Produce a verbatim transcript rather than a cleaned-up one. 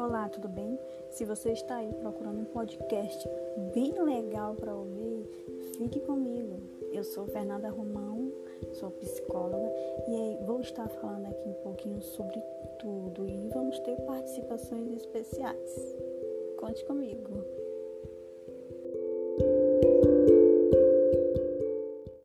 Olá, tudo bem? Se você está aí procurando um podcast bem legal para ouvir, fique comigo. Eu sou Fernanda Romão, sou psicóloga e aí vou estar falando aqui um pouquinho sobre tudo e vamos ter participações especiais. Conte comigo.